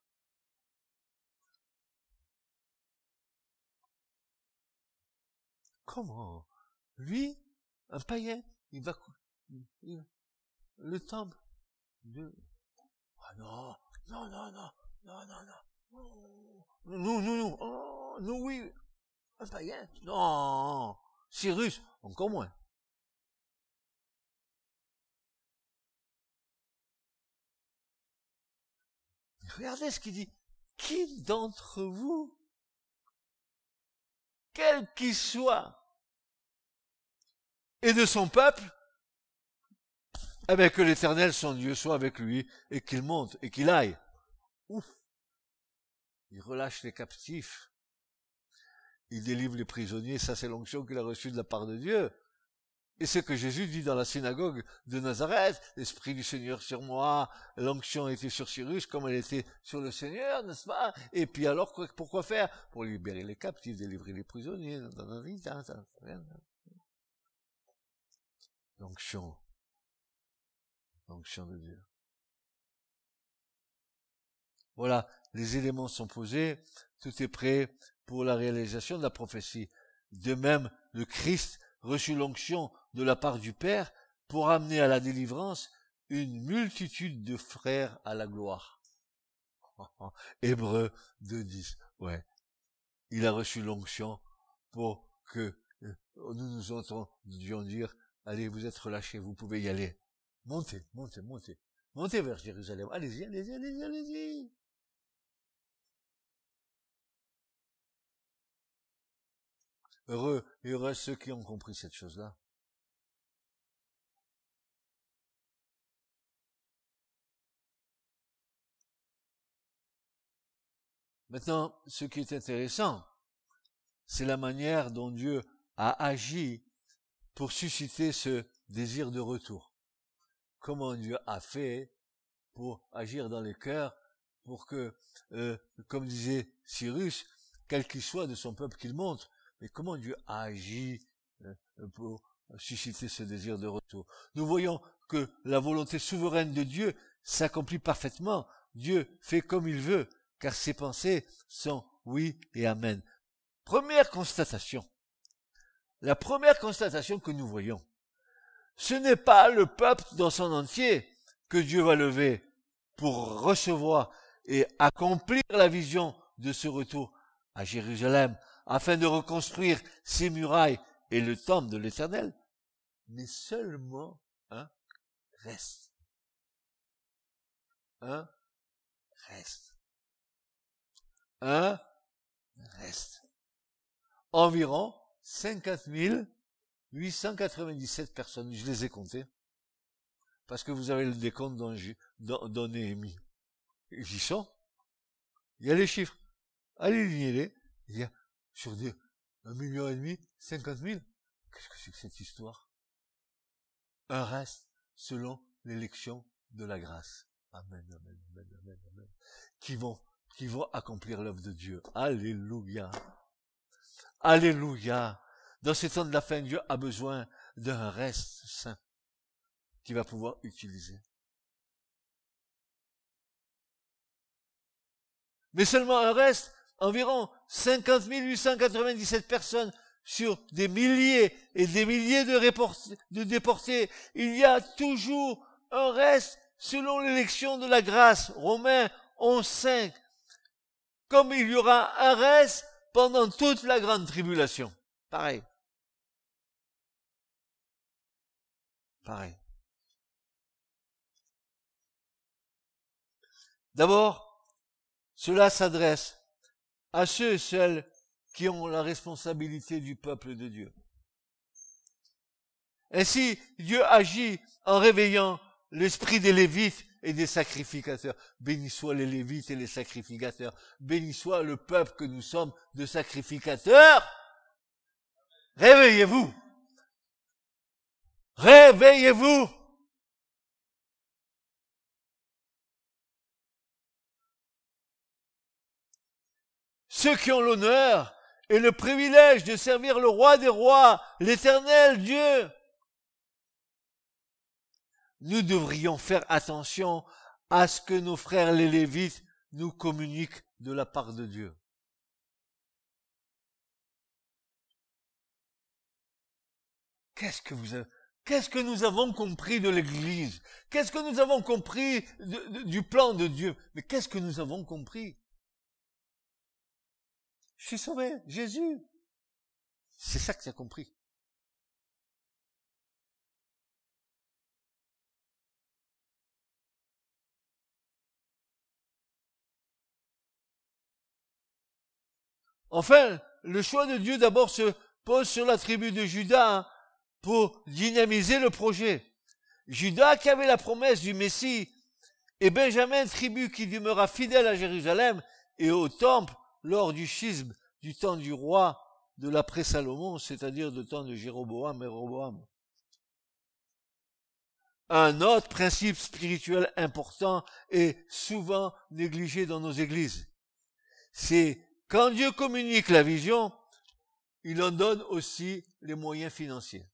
Comment? Lui, un païen, il va le temple de... Ah non, non, non, non, non, non, non. Nous, oui. Un païen? Non. Cyrus, encore moins. Regardez ce qu'il dit. Qui d'entre vous, quel qu'il soit, et de son peuple, eh bien que l'Éternel, son Dieu, soit avec lui, et qu'il monte, et qu'il aille. Ouf. Il relâche les captifs. Il délivre les prisonniers. Ça, c'est l'onction qu'il a reçue de la part de Dieu. Et c'est que Jésus dit dans la synagogue de Nazareth, l'Esprit du Seigneur sur moi, l'onction était sur Cyrus comme elle était sur le Seigneur, n'est-ce pas? Et puis alors, pourquoi faire? Pour libérer les captifs, délivrer les prisonniers. L'onction. L'onction de Dieu. Voilà, les éléments sont posés, tout est prêt pour la réalisation de la prophétie. De même, le Christ reçut l'onction de la part du Père pour amener à la délivrance une multitude de frères à la gloire. Hébreux 2:10. Ouais. Il a reçu l'onction pour que nous entendions dire, allez, vous êtes relâchés, vous pouvez y aller. Montez, montez, montez. Montez vers Jérusalem. Allez-y, allez-y, allez-y, allez-y. Heureux et heureux ceux qui ont compris cette chose-là. Maintenant, ce qui est intéressant, c'est la manière dont Dieu a agi pour susciter ce désir de retour. Comment Dieu a fait pour agir dans les cœurs, pour que, comme disait Cyrus, quel qu'il soit de son peuple qu'il monte, mais comment Dieu a agi pour susciter ce désir de retour. Nous voyons que la volonté souveraine de Dieu s'accomplit parfaitement. Dieu fait comme il veut, car ses pensées sont oui et amen. La première constatation que nous voyons, Ce n'est pas le peuple dans son entier que Dieu va lever pour recevoir et accomplir la vision de ce retour à Jérusalem, afin de reconstruire ses murailles et le temple de l'Éternel, mais seulement un reste. Un reste. Un reste. Environ 50 897 personnes, je les ai comptées, parce que vous avez le décompte dans Néhémie. J'y sont. Il y a les chiffres. Allez, lignez-les. Il y a sur 1,5 million, 50 000. Qu'est-ce que c'est que cette histoire? Un reste selon l'élection de la grâce. Amen, amen, amen, amen, amen. Qui vont accomplir l'œuvre de Dieu. Alléluia. Alléluia. Dans ces temps de la fin, Dieu a besoin d'un reste saint qu'il va pouvoir utiliser. Mais seulement un reste, environ 50 897 personnes sur des milliers et des milliers de déportés. Il y a toujours un reste selon l'élection de la grâce. Romains 11,5. Comme il y aura un reste pendant toute la grande tribulation. Pareil. Pareil. D'abord, cela s'adresse à ceux et celles qui ont la responsabilité du peuple de Dieu. Ainsi, Dieu agit en réveillant l'esprit des Lévites et des sacrificateurs. Béni soient les Lévites et les sacrificateurs. Béni soit le peuple que nous sommes de sacrificateurs. Réveillez-vous. Réveillez-vous. Ceux qui ont l'honneur et le privilège de servir le roi des rois, l'Éternel Dieu. Nous devrions faire attention à ce que nos frères les Lévites nous communiquent de la part de Dieu. Qu'est-ce que nous avons compris de l'Église? Qu'est-ce que nous avons compris du plan de Dieu? Mais qu'est-ce que nous avons compris? Je suis sauvé, Jésus. C'est ça que tu as compris. Enfin, le choix de Dieu d'abord se pose sur la tribu de Juda pour dynamiser le projet. Juda qui avait la promesse du Messie et Benjamin, tribu qui demeura fidèle à Jérusalem et au temple lors du schisme du temps du roi de l'après-Salomon, c'est-à-dire du temps de Jéroboam et Roboam. Un autre principe spirituel important et souvent négligé dans nos églises, c'est quand Dieu communique la vision, il en donne aussi les moyens financiers.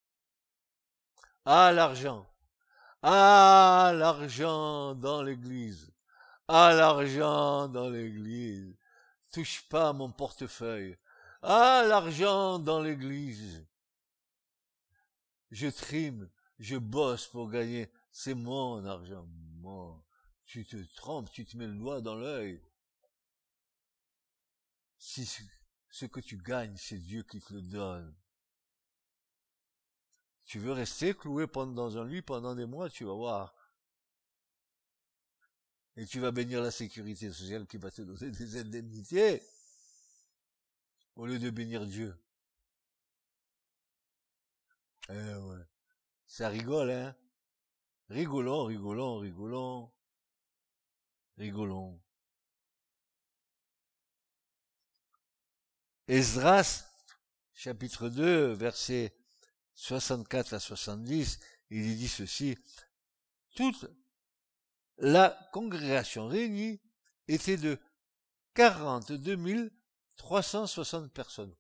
Ah, l'argent. Ah, l'argent dans l'église. Ah, l'argent dans l'église. Touche pas à mon portefeuille. Ah, l'argent dans l'église. Je trime, je bosse pour gagner. C'est mon argent. Moi. Tu te trompes, tu te mets le doigt dans l'œil. Si ce que tu gagnes, c'est Dieu qui te le donne. Tu veux rester cloué dans un lit pendant des mois, tu vas voir. Et tu vas bénir la sécurité sociale qui va te donner des indemnités, au lieu de bénir Dieu. Eh ouais. Ça rigole, hein? Rigolons, rigolons, rigolons. Rigolons. Esdras, chapitre 2, versets 64 à 70, il y dit ceci. Toute la congrégation réunie était de 42 360 personnes.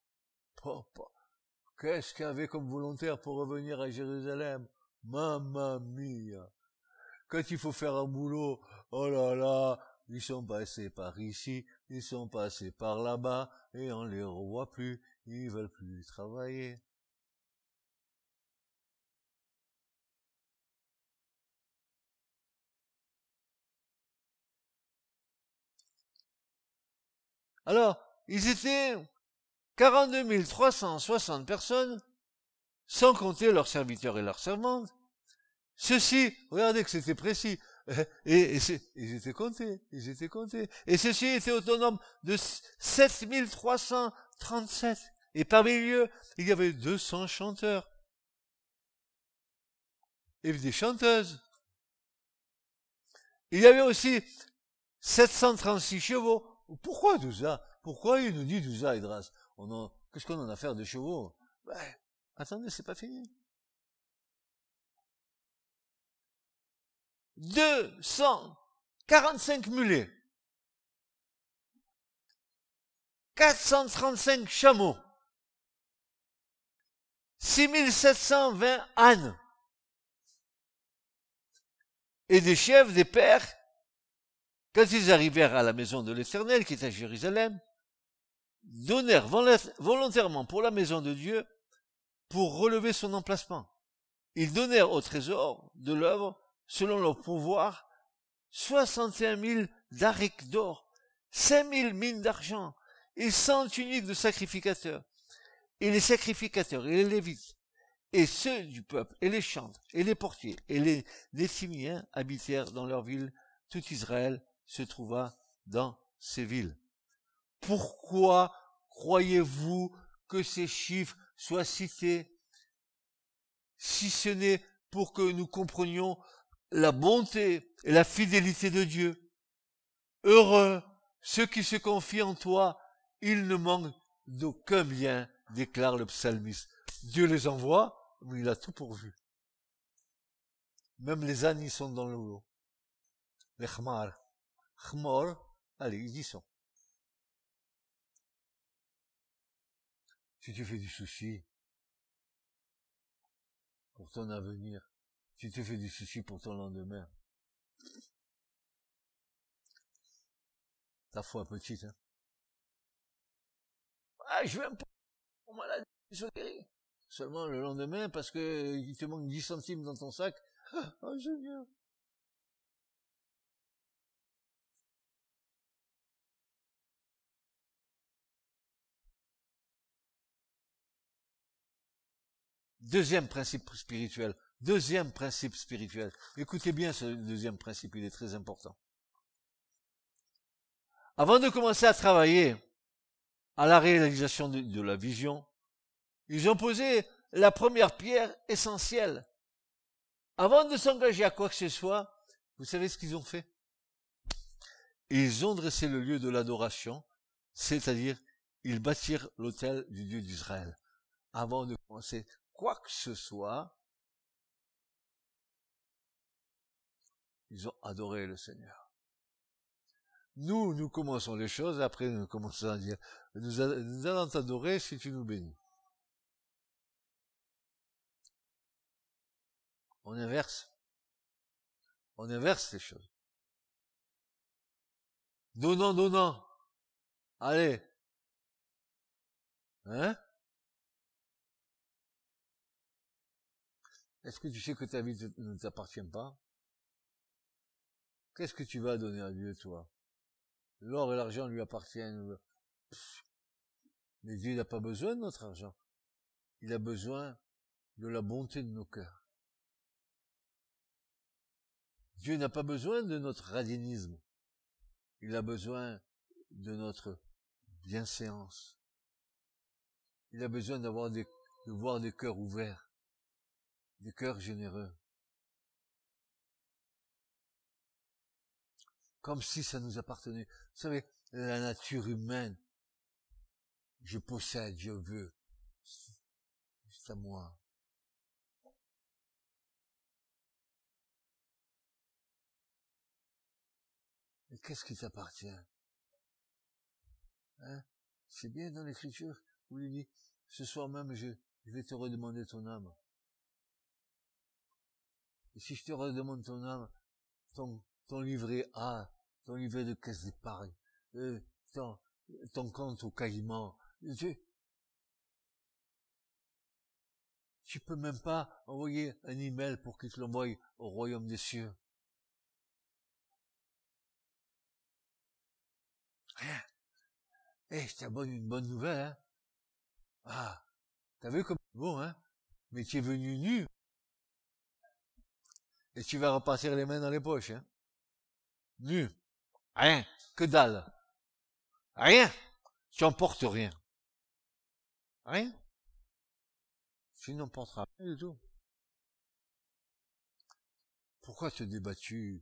Qu'est-ce qu'il y avait comme volontaire pour revenir à Jérusalem? Mamma mia! Quand il faut faire un boulot, oh là là, ils sont passés par ici, ils sont passés par là-bas, et on les revoit plus, ils veulent plus travailler. Alors, ils étaient 42 360 personnes, sans compter leurs serviteurs et leurs servantes. Ceux-ci, regardez que c'était précis, ils étaient comptés. Et ceux-ci étaient au nombre de 7 337. Et parmi eux, il y avait 200 chanteurs. Et des chanteuses. Il y avait aussi 736 chevaux. Pourquoi tout ça? Pourquoi il nous dit tout ça, Idras? Qu'est-ce qu'on en a à faire de chevaux? Attendez, c'est pas fini. 245 mulets. 435 chameaux. 6720 ânes. Et des chefs, des pères, quand ils arrivèrent à la maison de l'Éternel, qui est à Jérusalem, donnèrent volontairement pour la maison de Dieu, pour relever son emplacement. Ils donnèrent au trésor de l'œuvre, selon leur pouvoir, 61 000 darics d'or, 5 000 mines d'argent, et 100 tuniques de sacrificateurs. Et les sacrificateurs et les lévites, et ceux du peuple, et les chantres, et les portiers, et les Néthimiens habitèrent dans leur ville. Tout Israël se trouva dans ces villes. Pourquoi croyez-vous que ces chiffres soient cités, si ce n'est pour que nous comprenions la bonté et la fidélité de Dieu? Heureux ceux qui se confient en toi, ils ne manquent d'aucun bien, déclare le psalmiste. Dieu les envoie, mais il a tout pourvu. Même les ânes, ils sont dans l'eau. Les khmar. Khmor, allez, ils y sont. Si tu fais du souci pour ton avenir, si tu fais du souci pour ton lendemain, ta foi petite, hein. Je vais un peu pour maladie, je guéris. Seulement le lendemain, parce que il te manque 10 centimes dans ton sac. Oh, Seigneur. Deuxième principe spirituel. Écoutez bien ce deuxième principe, il est très important. Avant de commencer à travailler à la réalisation de la vision, ils ont posé la première pierre essentielle. Avant de s'engager à quoi que ce soit, vous savez ce qu'ils ont fait? Ils ont dressé le lieu de l'adoration, c'est-à-dire ils bâtirent l'autel du Dieu d'Israël. Avant de commencer quoi que ce soit, ils ont adoré le Seigneur. Nous commençons les choses, après nous commençons à dire, nous allons t'adorer si tu nous bénis. On inverse les choses. Donnant. Allez. Hein? Est-ce que tu sais que ta vie ne t'appartient pas? Qu'est-ce que tu vas donner à Dieu, toi? L'or et l'argent lui appartiennent. Mais Dieu n'a pas besoin de notre argent. Il a besoin de la bonté de nos cœurs. Dieu n'a pas besoin de notre radinisme. Il a besoin de notre bienséance. Il a besoin de voir des cœurs ouverts, des cœurs généreux. Comme si ça nous appartenait. Vous savez, la nature humaine, je possède, je veux. C'est à moi. Mais qu'est-ce qui t'appartient? Hein? C'est bien dans l'écriture, où il dit, ce soir même, je vais te redemander ton âme. Et si je te redemande ton âme, ton livret A, ton livret de caisse d'épargne, ton compte au Caïman, tu peux même pas envoyer un email pour qu'il te l'envoie au royaume des cieux. Rien. je t'abonne une bonne nouvelle, hein. Ah, t'as vu comme bon, hein. Mais tu es venu nu. Et tu vas repartir les mains dans les poches, hein. Nu. Rien. Que dalle. Rien. Tu emportes rien. Rien. Tu n'emporteras rien du tout. Pourquoi te débattu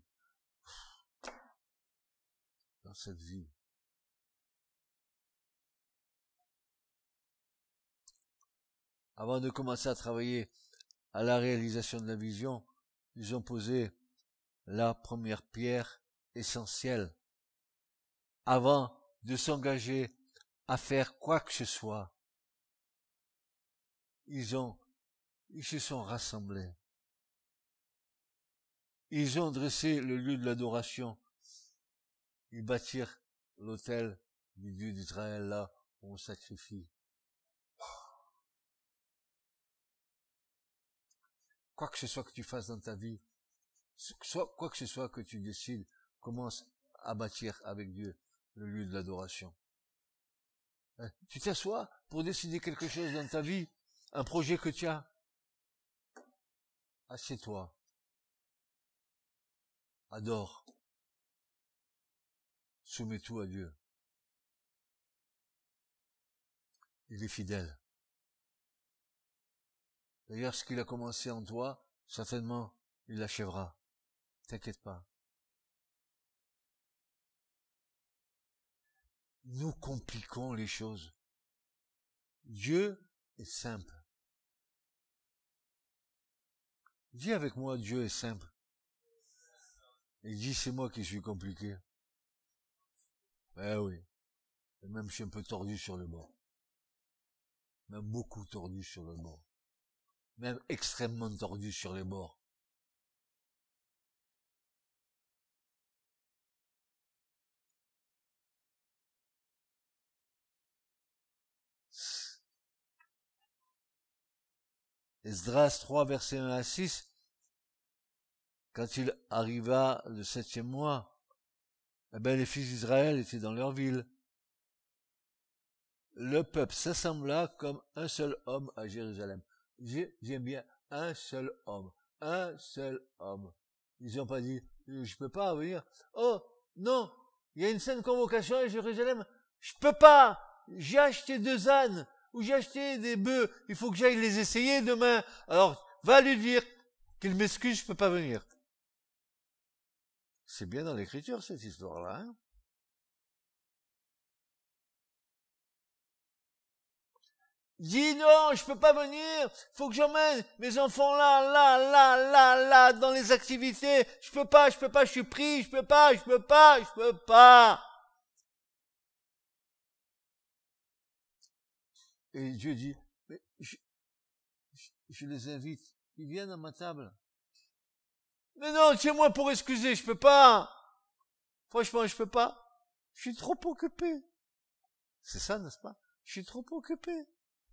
dans cette vie? Avant de commencer à travailler à la réalisation de la vision, ils ont posé la première pierre essentielle. Avant de s'engager à faire quoi que ce soit, ils se sont rassemblés. Ils ont dressé le lieu de l'adoration. Ils bâtirent l'autel du Dieu d'Israël là où on sacrifie. Quoi que ce soit que tu fasses dans ta vie, quoi que ce soit que tu décides, commence à bâtir avec Dieu le lieu de l'adoration. Tu t'assois pour décider quelque chose dans ta vie, un projet que tu as. Assieds-toi. Adore. Soumets tout à Dieu. Il est fidèle. D'ailleurs, ce qu'il a commencé en toi, certainement, il l'achèvera. T'inquiète pas. Nous compliquons les choses. Dieu est simple. Dis avec moi, Dieu est simple. Et dis, c'est moi qui suis compliqué. Eh oui. Et même je suis un peu tordu sur le bord. Même beaucoup tordu sur le bord. Même extrêmement tordu sur les bords. Esdras 3, verset 1 à 6, quand il arriva le 7e mois, eh ben, les fils d'Israël étaient dans leur ville. Le peuple s'assembla comme un seul homme à Jérusalem. J'aime bien un seul homme. Un seul homme. Ils n'ont pas dit, je peux pas venir. Oh, non, il y a une sainte convocation à Jérusalem. Je peux pas. J'ai acheté 2 ânes. Ou j'ai acheté des bœufs. Il faut que j'aille les essayer demain. Alors, va lui dire qu'il m'excuse, je peux pas venir. C'est bien dans l'écriture, cette histoire-là, hein. Dis non, je peux pas venir, faut que j'emmène mes enfants là, dans les activités. Je peux pas, je suis pris, je peux pas. Et Dieu dit, mais je les invite, ils viennent à ma table. Mais non, tiens-moi pour excuser, je peux pas. Franchement, je peux pas. Je suis trop occupé. C'est ça, n'est-ce pas? Je suis trop occupé.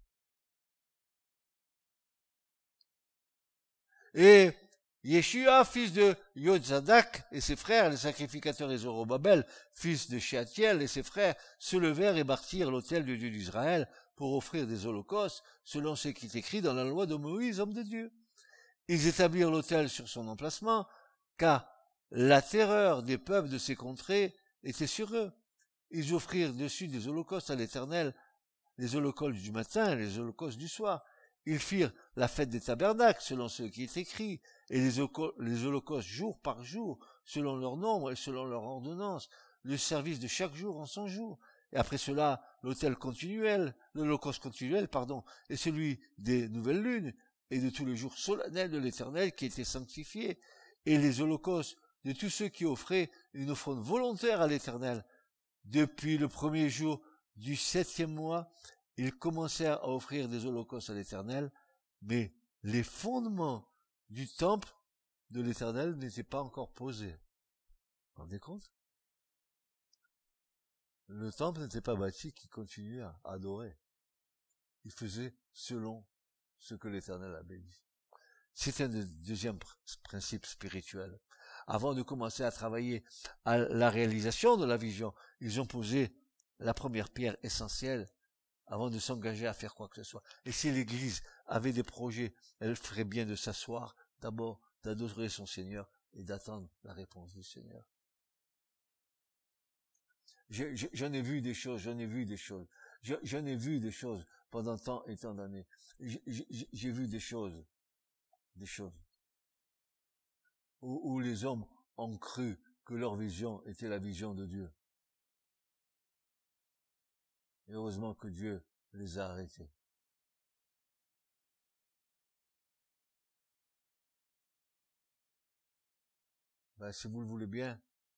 Et Yeshua, fils de Yodzadak, et ses frères, les sacrificateurs et Zorobabel, fils de Shealtiel, et ses frères, se levèrent et bâtirent l'autel du Dieu d'Israël pour offrir des holocaustes, selon ce qui est écrit dans la loi de Moïse, homme de Dieu. Ils établirent l'autel sur son emplacement, car la terreur des peuples de ces contrées était sur eux. Ils offrirent dessus des holocaustes à l'Éternel, les holocaustes du matin et les holocaustes du soir. Ils firent la fête des tabernacles, selon ce qui est écrit, et les holocaustes jour par jour, selon leur nombre et selon leur ordonnance, le service de chaque jour en son jour. Et après cela, l'holocauste continuel, et celui des nouvelles lunes, et de tous les jours solennels de l'Éternel qui étaient sanctifiés, et les holocaustes de tous ceux qui offraient une offrande volontaire à l'Éternel. Depuis le premier jour du 7e mois, ils commencèrent à offrir des holocaustes à l'Éternel, mais les fondements du temple de l'Éternel n'étaient pas encore posés. Vous vous rendez compte? Le temple n'était pas bâti, qui continuait à adorer. Il faisait selon ce que l'Éternel avait dit. C'est un deuxième principe spirituel. Avant de commencer à travailler à la réalisation de la vision, ils ont posé la première pierre essentielle avant de s'engager à faire quoi que ce soit. Et si l'Église avait des projets, elle ferait bien de s'asseoir, d'abord d'adorer son Seigneur et d'attendre la réponse du Seigneur. J'en ai vu des choses pendant tant et tant d'années. J'ai vu des choses où les hommes ont cru que leur vision était la vision de Dieu. Et heureusement que Dieu les a arrêtés. Si vous le voulez bien,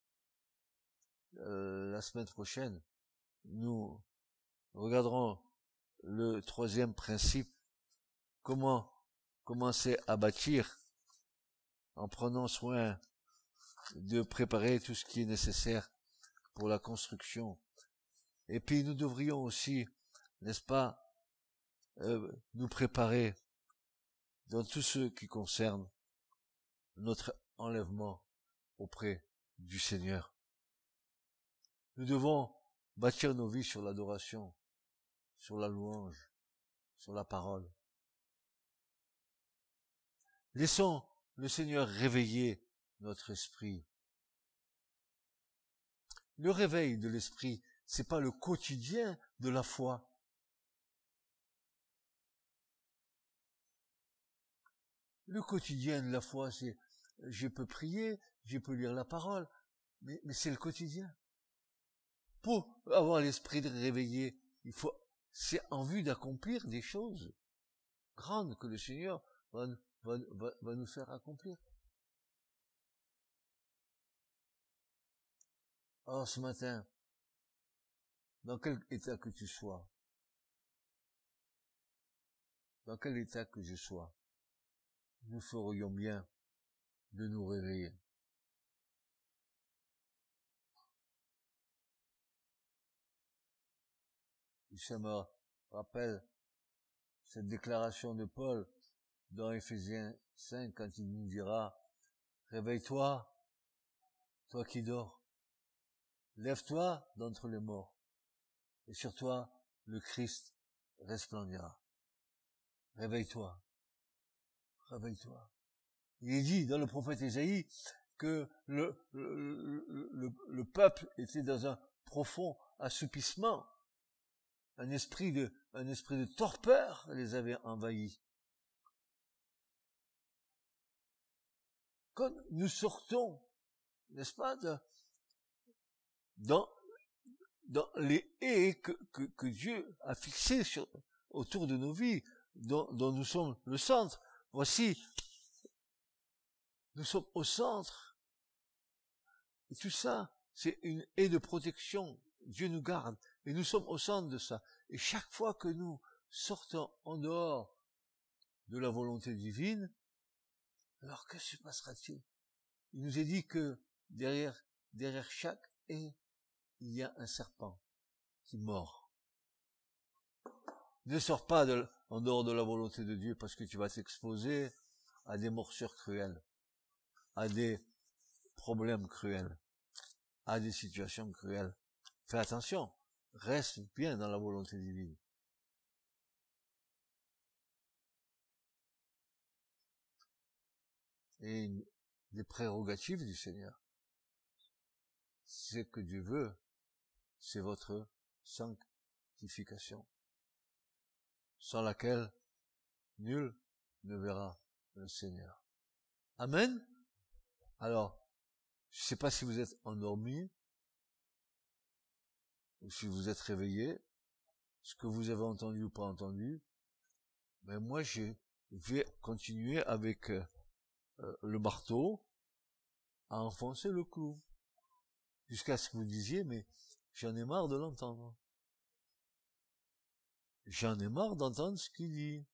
la semaine prochaine, nous regarderons le troisième principe, comment commencer à bâtir en prenant soin de préparer tout ce qui est nécessaire pour la construction. Et puis nous devrions aussi, n'est-ce pas, nous préparer dans tout ce qui concerne notre enlèvement auprès du Seigneur. Nous devons bâtir nos vies sur l'adoration, sur la louange, sur la parole. Laissons le Seigneur réveiller notre esprit. Le réveil de l'esprit, c'est pas le quotidien de la foi. Le quotidien de la foi, c'est je peux prier, je peux lire la parole, mais c'est le quotidien. Pour avoir l'esprit réveillé, c'est en vue d'accomplir des choses grandes que le Seigneur va nous faire accomplir. Or, ce matin, dans quel état que tu sois, dans quel état que je sois, nous ferions bien de nous réveiller. Ça me rappelle cette déclaration de Paul dans Éphésiens 5 quand il nous dira « Réveille-toi, toi qui dors, lève-toi d'entre les morts, et sur toi le Christ resplendira. » Réveille-toi, réveille-toi. Il est dit dans le prophète Ésaïe que le peuple était dans un profond assoupissement. Un esprit de torpeur les avait envahis. Quand nous sortons, n'est-ce pas, dans les haies que Dieu a fixées autour de nos vies, dont nous sommes le centre, voici, nous sommes au centre. Et tout ça, c'est une haie de protection. Dieu nous garde. Et nous sommes au centre de ça. Et chaque fois que nous sortons en dehors de la volonté divine, alors que se passera-t-il? Il nous est dit que derrière chaque haie, il y a un serpent qui mord. Ne sors pas en dehors de la volonté de Dieu parce que tu vas t'exposer à des morsures cruelles, à des problèmes cruels, à des situations cruelles. Fais attention, reste bien dans la volonté divine. Et une des prérogatives du Seigneur, c'est que Dieu veut, c'est votre sanctification, sans laquelle nul ne verra le Seigneur. Amen. Alors, je ne sais pas si vous êtes endormi ou si vous êtes réveillé, ce que vous avez entendu ou pas entendu, mais moi je vais continuer avec le marteau à enfoncer le clou, jusqu'à ce que vous disiez, mais j'en ai marre de l'entendre. J'en ai marre d'entendre ce qu'il dit.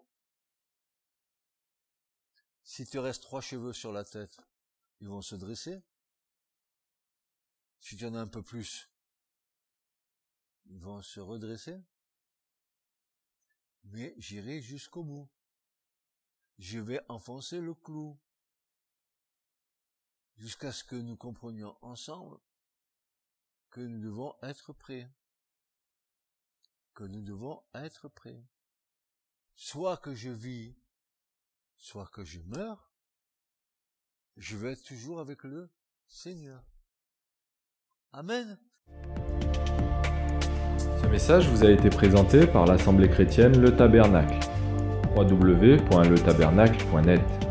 Si tu restes 3 cheveux sur la tête, ils vont se dresser. Si tu en as un peu plus, ils vont se redresser. Mais j'irai jusqu'au bout. Je vais enfoncer le clou. Jusqu'à ce que nous comprenions ensemble que nous devons être prêts. que nous devons être prêts. Soit que je vis, soit que je meurs, je vais être toujours avec le Seigneur. Amen. Ce message vous a été présenté par l'Assemblée chrétienne Le Tabernacle. www.letabernacle.net